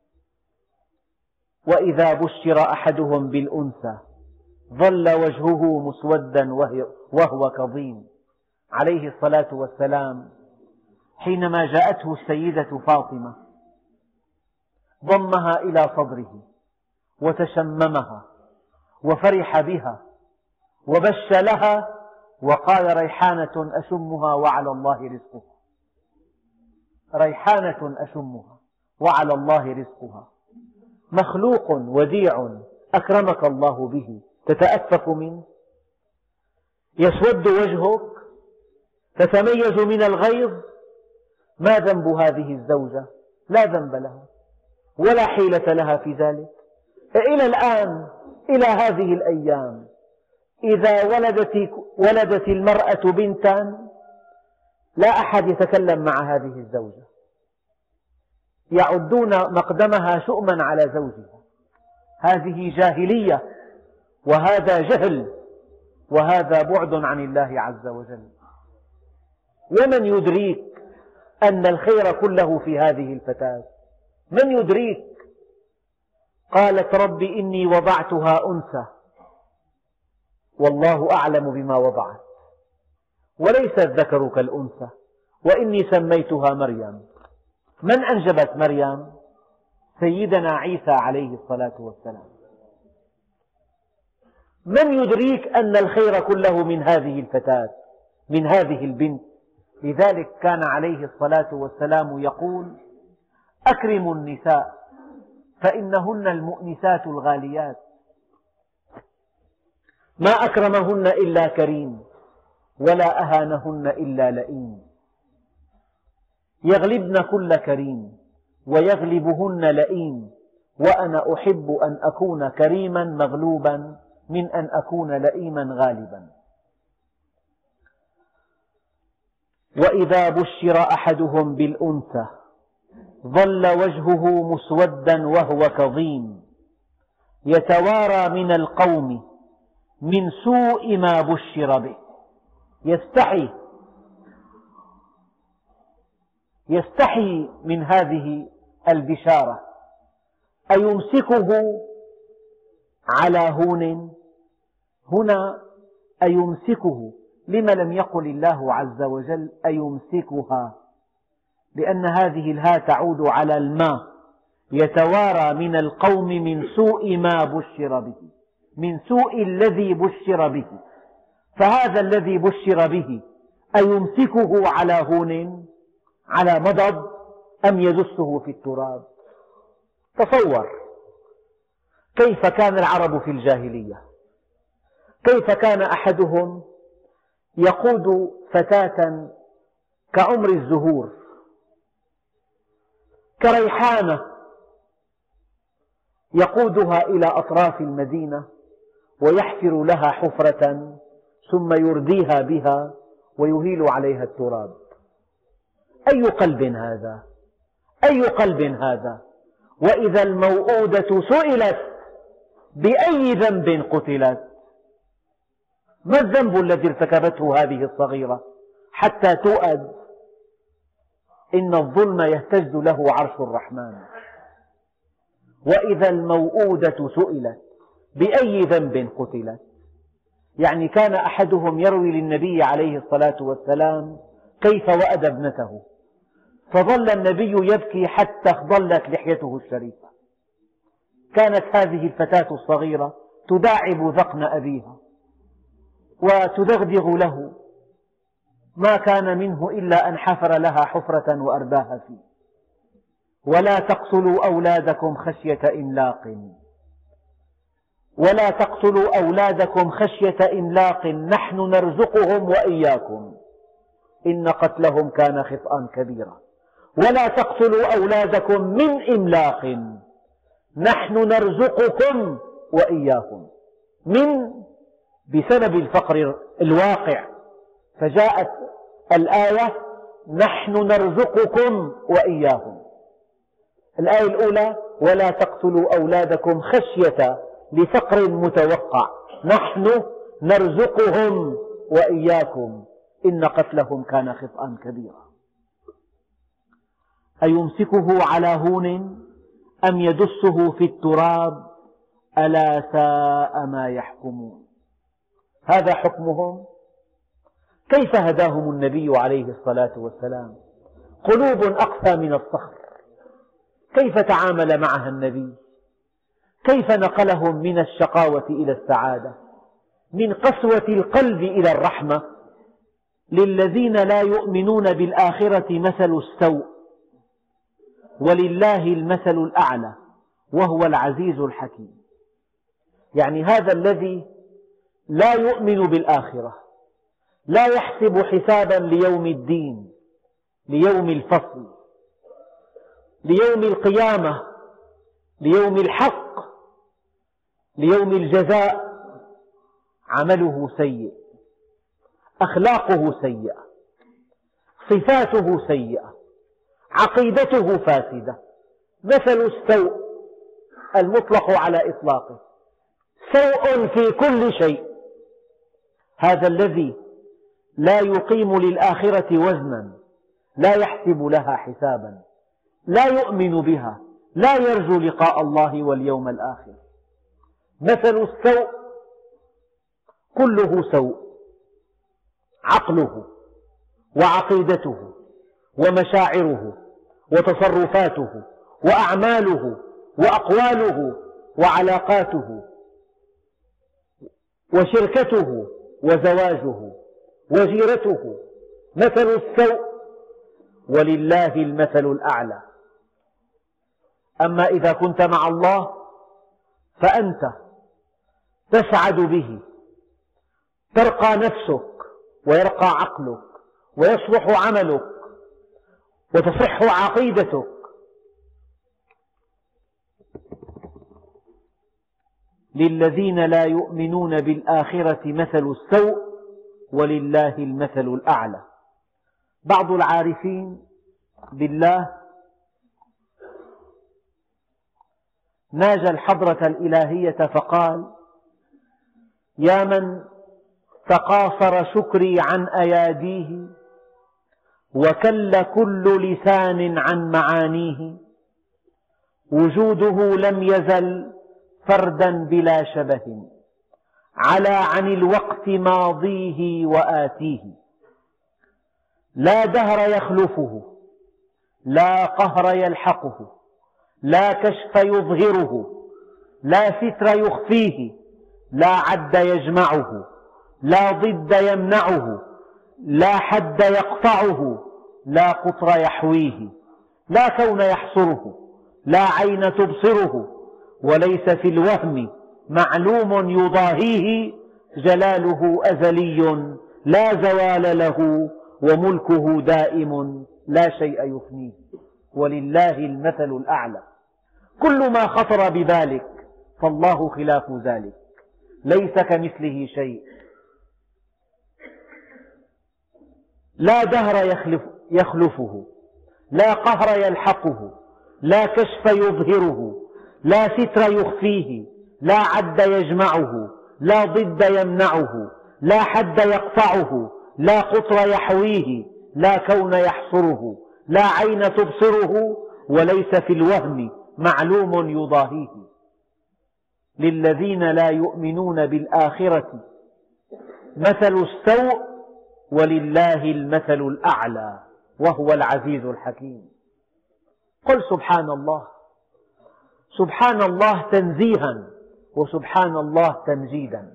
وإذا بشر أحدهم بالأنثى ظل وجهه مسودا وهو كظيم. عليه الصلاة والسلام حينما جاءته السيدة فاطمة ضمها إلى صدره وتشممها وفرح بها وبش لها وقال: ريحانة أشمها وعلى الله رزقها، ريحانة أشمها وعلى الله رزقها. مخلوق وديع أكرمك الله به تتأفف منه، يسود وجهك، تتميز من الغيظ. ما ذنب هذه الزوجة؟ لا ذنب لها ولا حيلة لها في ذلك. إلى الآن، إلى هذه الأيام، إذا ولدت المرأة بنتا لا أحد يتكلم مع هذه الزوجة، يعدون مقدمها شؤما على زوجها. هذه جاهلية، وهذا جهل، وهذا بعد عن الله عز وجل. ومن يدريك أن الخير كله في هذه الفتاة؟ من يدريك؟ قالت: رب إني وضعتها أنثى والله أعلم بما وضعت وليس الذكر كالأنثى وإني سميتها مريم. من أنجبت مريم؟ سيدنا عيسى عليه الصلاة والسلام. من يدريك أن الخير كله من هذه الفتاة، من هذه البنت؟ لذلك كان عليه الصلاة والسلام يقول: أكرموا النساء فإنهن المؤنسات الغاليات، ما أكرمهن إلا كريم ولا أهانهن إلا لئيم. يغلبن كل كريم ويغلبهن لئيم، وأنا أحب أن أكون كريما مغلوبا من أن أكون لئيما غالبا. وإذا بشر أحدهم بالأنثى ظل وجهه مسودا وهو كظيم يتوارى من القوم من سوء ما بشر به. يستحي من هذه البشارة. أيمسكه على هون؟ هنا أيمسكه، لما لم يقل الله عز وجل أيمسكها؟ لأن هذه الهاء تعود على الماء. يتوارى من القوم من سوء ما بشر به، من سوء الذي بشر به. فهذا الذي بشر به أيمسكه على هون، على مضض، أم يدسه في التراب؟ تصور كيف كان العرب في الجاهلية، كيف كان أحدهم يقود فتاة كعمر الزهور، كريحانة يقودها إلى أطراف المدينة ويحفر لها حفرة ثم يرديها بها ويهيل عليها التراب. أي قلب هذا؟ أي قلب هذا؟ وإذا الموءودة سئلت بأي ذنب قتلت؟ ما الذنب الذي ارتكبته هذه الصغيرة حتى تؤد؟ إن الظلم يهتز له عرش الرحمن. وإذا الموءودة سئلت بأي ذنب قتلت، يعني كان أحدهم يروي للنبي عليه الصلاة والسلام كيف وأد ابنته، فظل النبي يبكي حتى اخضلت لحيته الشريفة. كانت هذه الفتاة الصغيرة تداعب ذقن أبيها وتدغدغ له، ما كان منه إلا أن حفر لها حفرة وأرداها فيه. ولا تقتلوا أولادكم خشية إملاق، ولا تقتلوا أولادكم خشية إملاق نحن نرزقهم وإياكم إن قتلهم كان خطأ كبيرا. ولا تقتلوا أولادكم من إملاق نحن نرزقكم وإياهم، من بسبب الفقر الواقع، فجاءت الآية نحن نرزقكم وإياهم. الآية الأولى ولا تقتلوا أولادكم خشية لفقر متوقع، نحن نرزقهم وإياكم إن قتلهم كان خطأ كبيرا. أيمسكه على هون أم يدسه في التراب ألا ساء ما يحكمون. هذا حكمهم. كيف هداهم النبي عليه الصلاة والسلام؟ قلوب أقسى من الصخر. كيف تعامل معها النبي؟ كيف نقلهم من الشقاوة إلى السعادة، من قسوة القلب إلى الرحمة. للذين لا يؤمنون بالآخرة مثل السوء ولله المثل الأعلى وهو العزيز الحكيم. يعني هذا الذي لا يؤمن بالآخرة، لا يحسب حسابا ليوم الدين، ليوم الفصل، ليوم القيامة، ليوم الحق، ليوم الجزاء، عمله سيء، أخلاقه سيئة، صفاته سيئة، عقيدته فاسدة. مثل السوء المطلق على إطلاقه، سوء في كل شيء. هذا الذي لا يقيم للآخرة وزنا، لا يحسب لها حسابا، لا يؤمن بها، لا يرجو لقاء الله واليوم الآخر. مثل السوء كله سوء، عقله وعقيدته ومشاعره وتصرفاته وأعماله وأقواله وعلاقاته وشركته وزواجه وجيرته. مثل السوء ولله المثل الأعلى. أما إذا كنت مع الله فأنت تسعد به، ترقى نفسك ويرقى عقلك ويصلح عملك وتصح عقيدتك. للذين لا يؤمنون بالآخرة مثل السوء ولله المثل الأعلى. بعض العارفين بالله ناجى الحضرة الإلهية فقال: يا من تقاصر شكري عن أياديه وكل كل لسان عن معانيه، وجوده لم يزل فردا بلا شبه، علا عن الوقت ماضيه وآتيه، لا دهر يخلفه، لا قهر يلحقه، لا كشف يظهره، لا ستر يخفيه، لا عد يجمعه، لا ضد يمنعه، لا حد يقطعه، لا قطر يحويه، لا كون يحصره، لا عين تبصره، وليس في الوهم معلوم يضاهيه، جلاله أزلي لا زوال له وملكه دائم لا شيء يفنيه ولله المثل الأعلى. كل ما خطر ببالك فالله خلاف ذلك، ليس كمثله شيء، لا دهر يخلفه، لا قهر يلحقه، لا كشف يظهره، لا ستر يخفيه، لا عد يجمعه، لا ضد يمنعه، لا حد يقطعه، لا قطر يحويه، لا كون يحصره، لا عين تبصره، وليس في الوهم معلوم يضاهيه. للذين لا يؤمنون بالآخرة مثل السوء ولله المثل الأعلى وهو العزيز الحكيم. قل سبحان الله، سبحان الله تنزيها وسبحان الله تمجيدا.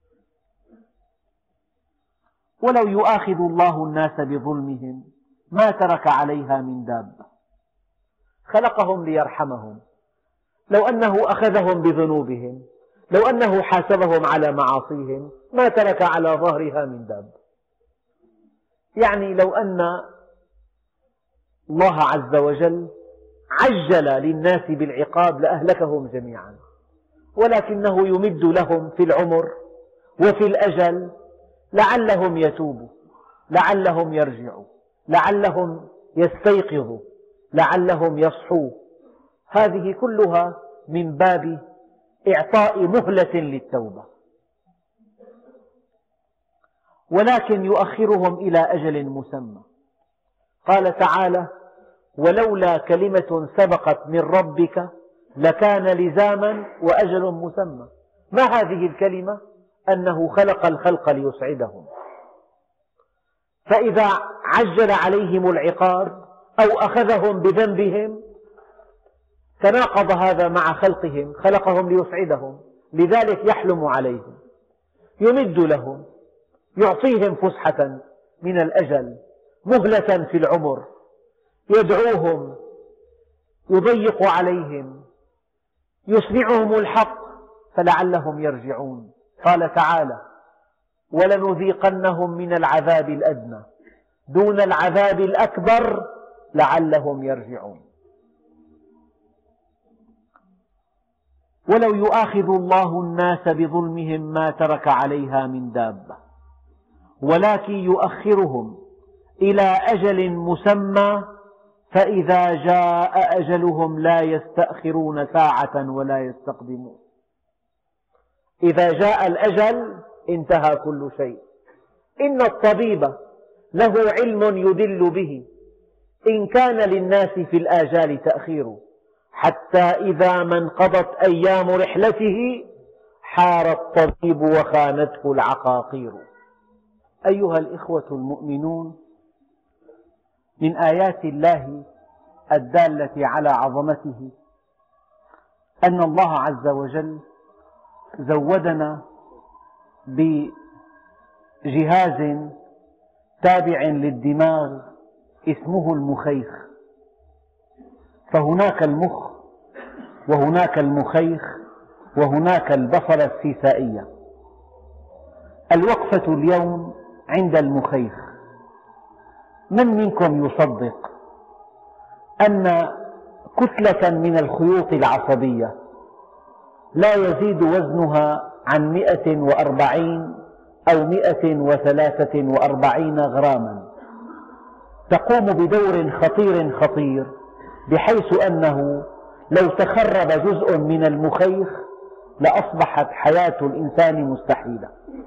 ولو يؤاخذ الله الناس بظلمهم ما ترك عليها من دابة، خلقهم ليرحمهم، لو أنه أخذهم بذنوبهم، لو أنه حاسبهم على معاصيهم ما ترك على ظهرها من دابة. يعني لو أن الله عز وجل عجل للناس بالعقاب لأهلكهم جميعا، ولكنه يمد لهم في العمر وفي الأجل لعلهم يتوبوا، لعلهم يرجعوا، لعلهم يستيقظوا، لعلهم يصحوا. هذه كلها من باب إعطاء مهلة للتوبة، ولكن يؤخرهم إلى أجل مسمى. قال تعالى: ولولا كلمة سبقت من ربك لكان لزاما وأجل مسمى. ما هذه الكلمة؟ أنه خلق الخلق ليسعدهم، فإذا عجل عليهم العقاب أو أخذهم بذنبهم تناقض هذا مع خلقهم، خلقهم ليسعدهم، لذلك يحلم عليهم، يمد لهم، يعطيهم فسحة من الأجل، مهلة في العمر، يدعوهم، يضيق عليهم، يسمعهم الحق فلعلهم يرجعون. قال تعالى: ولنذيقنهم من العذاب الأدنى دون العذاب الأكبر لعلهم يرجعون. ولو يؤاخذ الله الناس بظلمهم ما ترك عليها من دابة ولكن يؤخرهم إلى أجل مسمى فإذا جاء أجلهم لا يستأخرون ساعة ولا يستقدمون. إذا جاء الأجل انتهى كل شيء. إن الطبيب له علم يدل به إن كان للناس في الآجال تأخير، حتى إذا ما انقضت أيام رحلته حار الطبيب وخانته العقاقير. أيها الإخوة المؤمنون، من آيات الله الدالة على عظمته أن الله عز وجل زودنا بجهاز تابع للدماغ اسمه المخيخ. فهناك المخ وهناك المخيخ وهناك البصلة السيسائية. الوقفة اليوم عند المخيخ. من منكم يصدق أن كتلة من الخيوط العصبية لا يزيد وزنها عن 140 أو 143 غراما تقوم بدور خطير بحيث أنه لو تخرب جزء من المخيخ لأصبحت حياة الإنسان مستحيلة.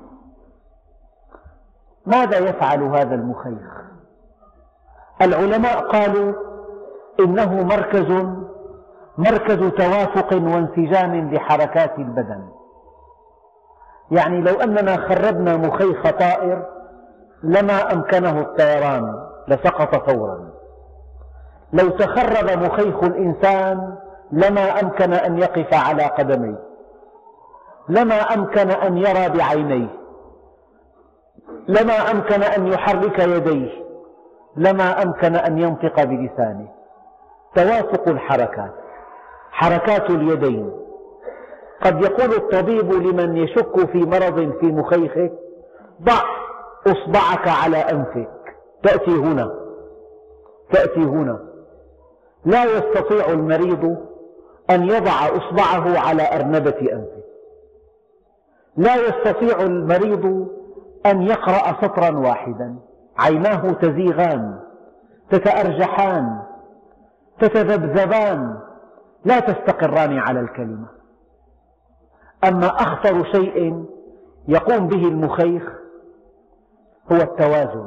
ماذا يفعل هذا المخيخ؟ العلماء قالوا إنه مركز توافق وانسجام لحركات البدن. يعني لو أننا خربنا مخيخ طائر لما أمكنه الطيران لسقط فورا. لو تخرب مخيخ الإنسان لما أمكن أن يقف على قدميه، لما أمكن أن يرى بعينيه، لما أمكن أن يحرك يديه، لما أمكن أن ينطق بلسانه. توافق الحركات، حركات اليدين. قد يقول الطبيب لمن يشك في مرض في مخيخه: ضع أصبعك على أنفك تأتي هنا. لا يستطيع المريض أن يضع إصبعه على أرنبة أنفه، لا يستطيع المريض أن يقرأ سطرا واحدا، عيناه تزيغان، تتأرجحان، تتذبذبان، لا تستقران على الكلمة. أما أخطر شيء يقوم به المخيخ هو التوازن.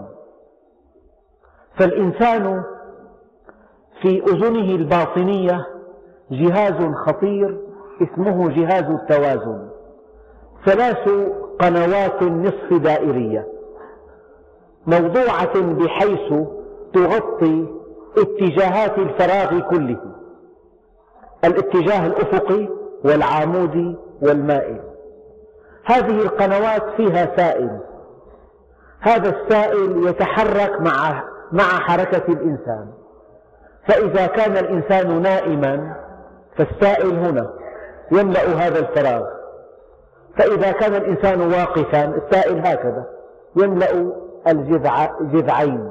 فالإنسان في أذنه الباطنية جهاز خطير اسمه جهاز التوازن، 3 قنوات نصف دائرية موضوعة بحيث تغطي اتجاهات الفراغ كله، الاتجاه الأفقي والعامودي والمائل. هذه القنوات فيها سائل، هذا السائل يتحرك مع حركة الإنسان، فإذا كان الإنسان نائما فالسائل هنا يملأ هذا الفراغ، فإذا كان الإنسان واقفا السائل هكذا يملأ الجذعين.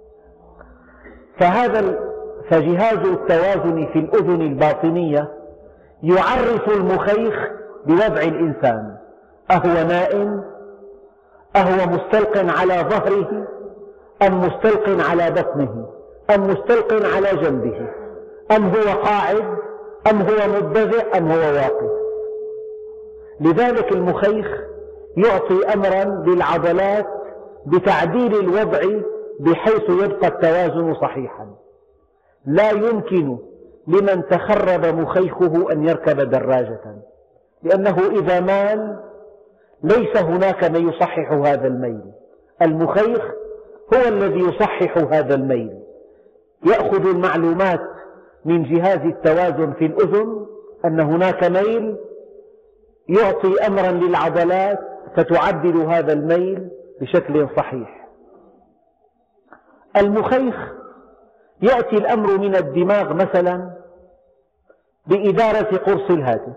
فجهاز التوازن في الأذن الباطنية يعرف المخيخ بوضع الإنسان، أهو نائم، أهو مستلق على ظهره، أم مستلق على بطنه، أم مستلق على جنبه، أم هو قاعد، أم هو مضطجع، أم هو واقف. لذلك المخيخ يعطي أمرا للعضلات بتعديل الوضع بحيث يبقى التوازن صحيحا. لا يمكن لمن تخرب مخيخه أن يركب دراجة، لأنه إذا مال ليس هناك من يصحح هذا الميل، المخيخ هو الذي يصحح هذا الميل، يأخذ المعلومات من جهاز التوازن في الأذن أن هناك ميل، يعطي أمرا للعضلات فتعدل هذا الميل بشكل صحيح. المخيخ يأتي الأمر من الدماغ مثلا بإدارة قرص الهاتف،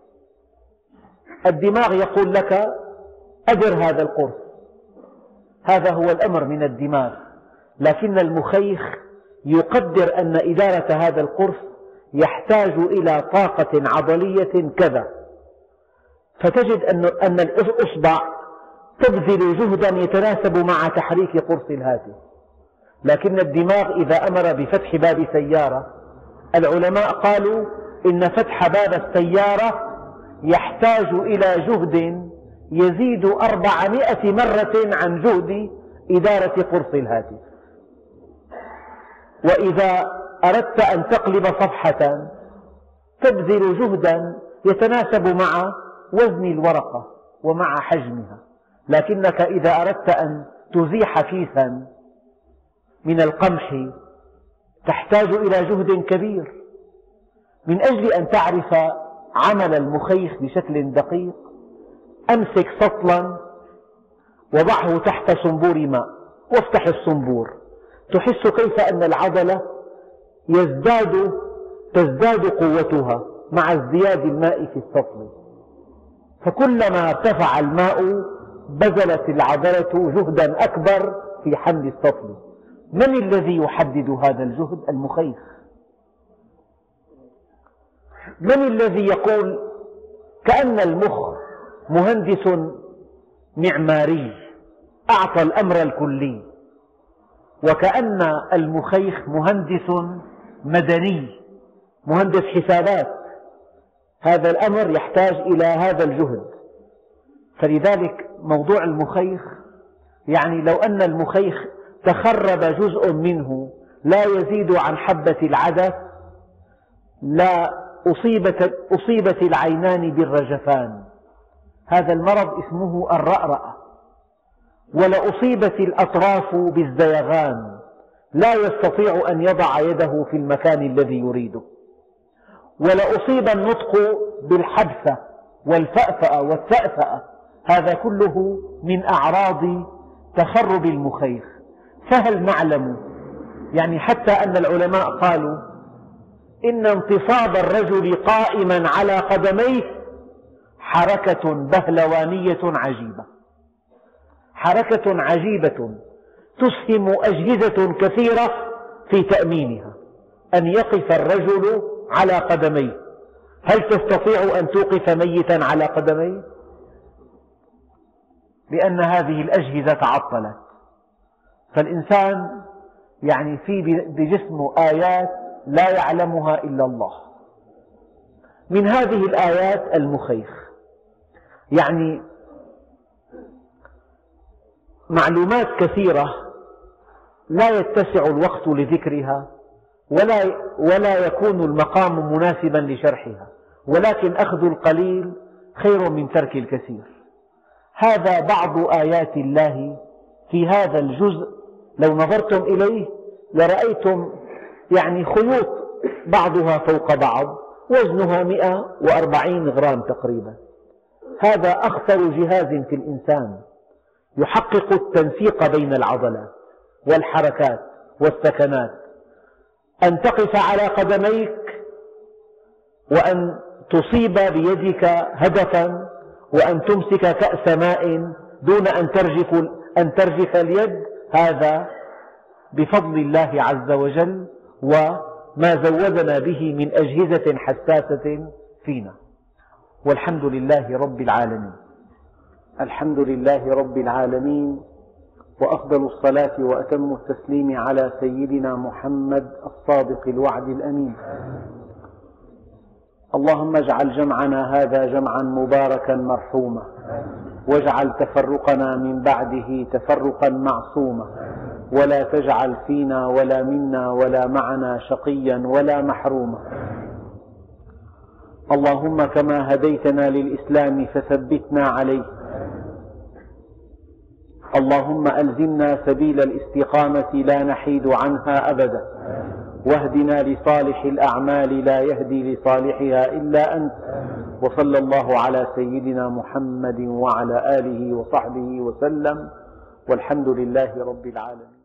الدماغ يقول لك أدر هذا القرص، هذا هو الأمر من الدماغ، لكن المخيخ يقدر أن إدارة هذا القرص يحتاج إلى طاقة عضلية كذا، فتجد أن الإصبع تبذل جهدا يتناسب مع تحريك قرص الهاتف. لكن الدماغ إذا أمر بفتح باب سيارة، العلماء قالوا إن فتح باب السيارة يحتاج إلى جهد يزيد 400 مرة عن جهد إدارة قرص الهاتف. وإذا أردت أن تقلب صفحة تبذل جهدا يتناسب مع وزن الورقة ومع حجمها، لكنك إذا أردت أن تزيح كيسا من القمح تحتاج إلى جهد كبير. من أجل أن تعرف عمل المخيخ بشكل دقيق أمسك سطلا وضعه تحت صنبور ماء وافتح الصنبور، تحس كيف أن العضلة تزداد قوتها مع ازدياد الماء في السطل، فكلما ارتفع الماء بذلت العضلة جهدا أكبر في حمل السطل. من الذي يحدد هذا الجهد؟ المخيخ. من الذي يقول؟ كأن المخ مهندس معماري أعطى الأمر الكلي، وكأن المخيخ مهندس مدني مهندس حسابات، هذا الأمر يحتاج إلى هذا الجهد. فلذلك موضوع المخيخ يعني لو أن المخيخ تخرب جزء منه لا يزيد عن حبة العدس لا أصيبت العينان بالرجفان، هذا المرض اسمه الرأرأة، ولأصيبت الأطراف بالزيغان، لا يستطيع أن يضع يده في المكان الذي يريده، ولأصيب النطق بالحبسة والفأفأة والتأفأة، هذا كله من أعراض تخرب المخيخ. فهل نعلم يعني حتى أن العلماء قالوا إن انتصاب الرجل قائما على قدميه حركة بهلوانية عجيبة، حركة عجيبة تسهم أجهزة كثيرة في تأمينها. أن يقف الرجل على قدميه. هل تستطيع أن توقف ميتا على قدميه؟ لأن هذه الأجهزة تعطلت. فالإنسان يعني في بجسمه آيات لا يعلمها إلا الله. من هذه الآيات المخيخ، يعني معلومات كثيرة لا يتسع الوقت لذكرها ولا يكون المقام مناسبا لشرحها، ولكن أخذ القليل خير من ترك الكثير. هذا بعض آيات الله في هذا الجزء، لو نظرتم إليه لرأيتم يعني خيوط بعضها فوق بعض وزنها 140 غرام تقريبا. هذا أخطر جهاز في الإنسان، يحقق التنسيق بين العضلات والحركات والسكنات. أن تقف على قدميك وأن تصيب بيدك هدفا وأن تمسك كأس ماء دون أن ترجف اليد، هذا بفضل الله عز وجل وما زودنا به من أجهزة حساسة فينا. والحمد لله رب العالمين. الحمد لله رب العالمين، وأفضل الصلاة وأتم التسليم على سيدنا محمد الصادق الوعد الأمين. اللهم اجعل جمعنا هذا جمعا مباركا مرحوما، واجعل تفرقنا من بعده تفرقا معصوما، ولا تجعل فينا ولا منا ولا معنا شقيا ولا محروما. اللهم كما هديتنا للإسلام فثبتنا عليه، اللهم ألزمنا سبيل الاستقامة لا نحيد عنها أبدا، واهدنا لصالح الأعمال لا يهدي لصالحها إلا أنت. وصلى الله على سيدنا محمد وعلى آله وصحبه وسلم، والحمد لله رب العالمين.